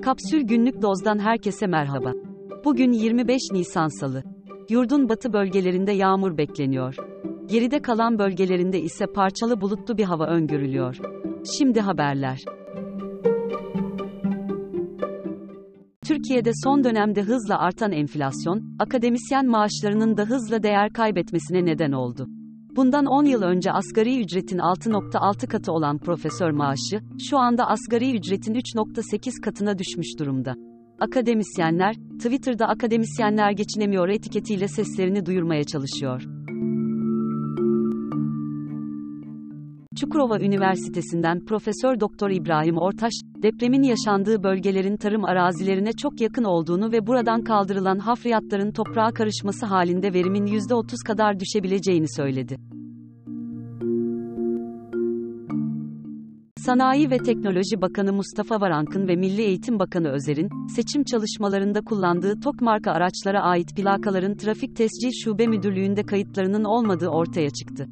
Kapsül Günlük Doz'dan herkese merhaba. Bugün 25 Nisan Salı. Yurdun batı bölgelerinde yağmur bekleniyor. Geride kalan bölgelerinde ise parçalı bulutlu bir hava öngörülüyor. Şimdi haberler. Türkiye'de son dönemde hızla artan enflasyon, akademisyen maaşlarının da hızla değer kaybetmesine neden oldu. Bundan 10 yıl önce asgari ücretin 6,6 katı olan profesör maaşı, şu anda asgari ücretin 3,8 katına düşmüş durumda. Akademisyenler, Twitter'da akademisyenler geçinemiyor etiketiyle seslerini duyurmaya çalışıyor. Çukurova Üniversitesi'nden Profesör Doktor İbrahim Ortaş, depremin yaşandığı bölgelerin tarım arazilerine çok yakın olduğunu ve buradan kaldırılan hafriyatların toprağa karışması halinde verimin %30 kadar düşebileceğini söyledi. Sanayi ve Teknoloji Bakanı Mustafa Varank'ın ve Milli Eğitim Bakanı Özer'in, seçim çalışmalarında kullandığı TOK marka araçlara ait plakaların Trafik Tescil Şube Müdürlüğü'nde kayıtlarının olmadığı ortaya çıktı.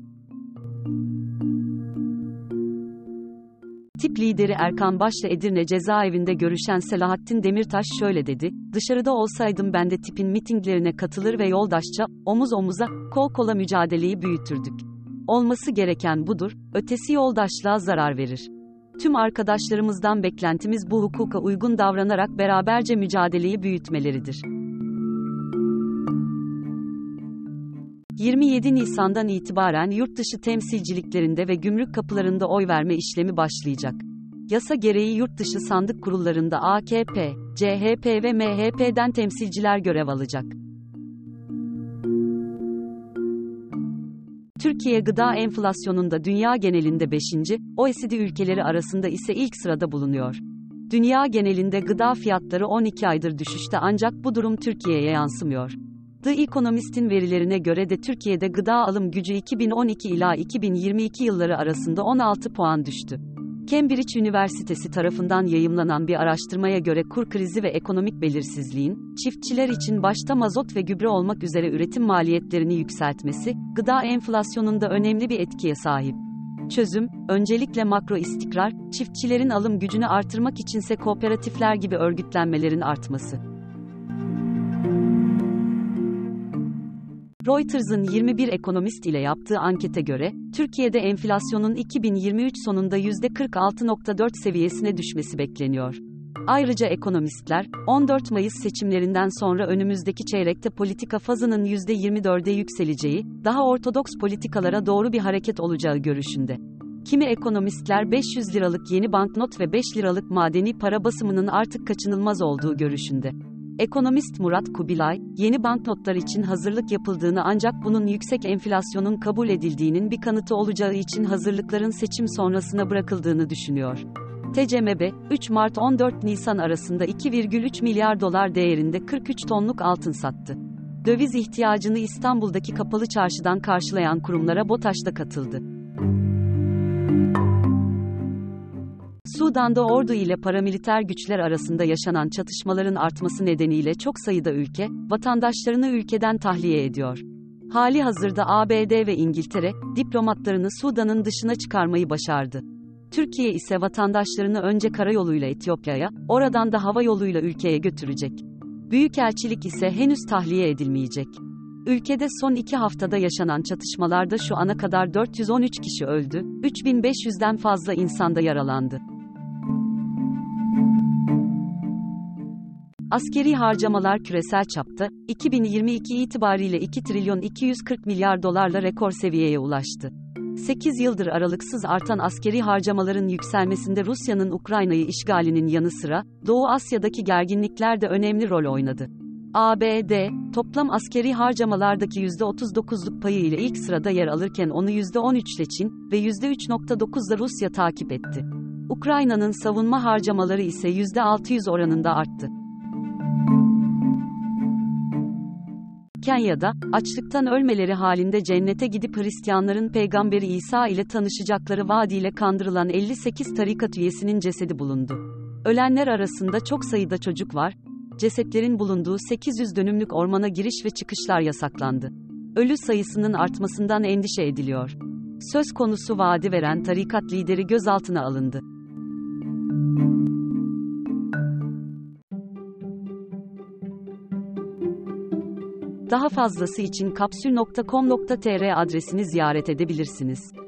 Tip lideri Erkan Baş'la Edirne cezaevinde görüşen Selahattin Demirtaş şöyle dedi: "Dışarıda olsaydım ben de tipin mitinglerine katılır ve yoldaşça, omuz omuza, kol kola mücadeleyi büyütürdük. Olması gereken budur, ötesi yoldaşlığa zarar verir. Tüm arkadaşlarımızdan beklentimiz bu hukuka uygun davranarak beraberce mücadeleyi büyütmeleridir." 27 Nisan'dan itibaren yurtdışı temsilciliklerinde ve gümrük kapılarında oy verme işlemi başlayacak. Yasa gereği yurtdışı sandık kurullarında AKP, CHP ve MHP'den temsilciler görev alacak. Türkiye gıda enflasyonunda dünya genelinde 5. OECD ülkeleri arasında ise ilk sırada bulunuyor. Dünya genelinde gıda fiyatları 12 aydır düşüşte ancak bu durum Türkiye'ye yansımıyor. The Economist'in verilerine göre de Türkiye'de gıda alım gücü 2012 ila 2022 yılları arasında 16 puan düştü. Cambridge Üniversitesi tarafından yayımlanan bir araştırmaya göre kur krizi ve ekonomik belirsizliğin, çiftçiler için başta mazot ve gübre olmak üzere üretim maliyetlerini yükseltmesi, gıda enflasyonunda önemli bir etkiye sahip. Çözüm, öncelikle makro istikrar, çiftçilerin alım gücünü artırmak içinse kooperatifler gibi örgütlenmelerin artması. Reuters'ın 21 ekonomist ile yaptığı ankete göre, Türkiye'de enflasyonun 2023 sonunda %46,4 seviyesine düşmesi bekleniyor. Ayrıca ekonomistler, 14 Mayıs seçimlerinden sonra önümüzdeki çeyrekte politika fazının %24'e yükseleceği, daha ortodoks politikalara doğru bir hareket olacağı görüşünde. Kimi ekonomistler 500 liralık yeni banknot ve 5 liralık madeni para basımının artık kaçınılmaz olduğu görüşünde. Ekonomist Murat Kubilay, yeni banknotlar için hazırlık yapıldığını ancak bunun yüksek enflasyonun kabul edildiğinin bir kanıtı olacağı için hazırlıkların seçim sonrasına bırakıldığını düşünüyor. TCMB, 3 Mart 14 Nisan arasında 2,3 milyar dolar değerinde 43 tonluk altın sattı. Döviz ihtiyacını İstanbul'daki kapalı çarşıdan karşılayan kurumlara BOTAŞ da katıldı. Sudan'da ordu ile paramiliter güçler arasında yaşanan çatışmaların artması nedeniyle çok sayıda ülke, vatandaşlarını ülkeden tahliye ediyor. Halihazırda ABD ve İngiltere, diplomatlarını Sudan'ın dışına çıkarmayı başardı. Türkiye ise vatandaşlarını önce karayoluyla Etiyopya'ya, oradan da hava yoluyla ülkeye götürecek. Büyükelçilik ise henüz tahliye edilmeyecek. Ülkede son 2 haftada yaşanan çatışmalarda şu ana kadar 413 kişi öldü, 3500'den fazla insan da yaralandı. Askeri harcamalar küresel çapta, 2022 itibariyle 2 trilyon 240 milyar dolarla rekor seviyeye ulaştı. 8 yıldır aralıksız artan askeri harcamaların yükselmesinde Rusya'nın Ukrayna'yı işgalinin yanı sıra, Doğu Asya'daki gerginlikler de önemli rol oynadı. ABD, toplam askeri harcamalardaki %39'luk payı ile ilk sırada yer alırken onu %13 ile Çin ve %3,9'la Rusya takip etti. Ukrayna'nın savunma harcamaları ise %600 oranında arttı. Kenya'da, açlıktan ölmeleri halinde cennete gidip Hristiyanların Peygamberi İsa ile tanışacakları vaadiyle kandırılan 58 tarikat üyesinin cesedi bulundu. Ölenler arasında çok sayıda çocuk var. Cesetlerin bulunduğu 800 dönümlük ormana giriş ve çıkışlar yasaklandı. Ölü sayısının artmasından endişe ediliyor. Söz konusu vaadi veren tarikat lideri gözaltına alındı. Daha fazlası için kapsül.com.tr adresini ziyaret edebilirsiniz.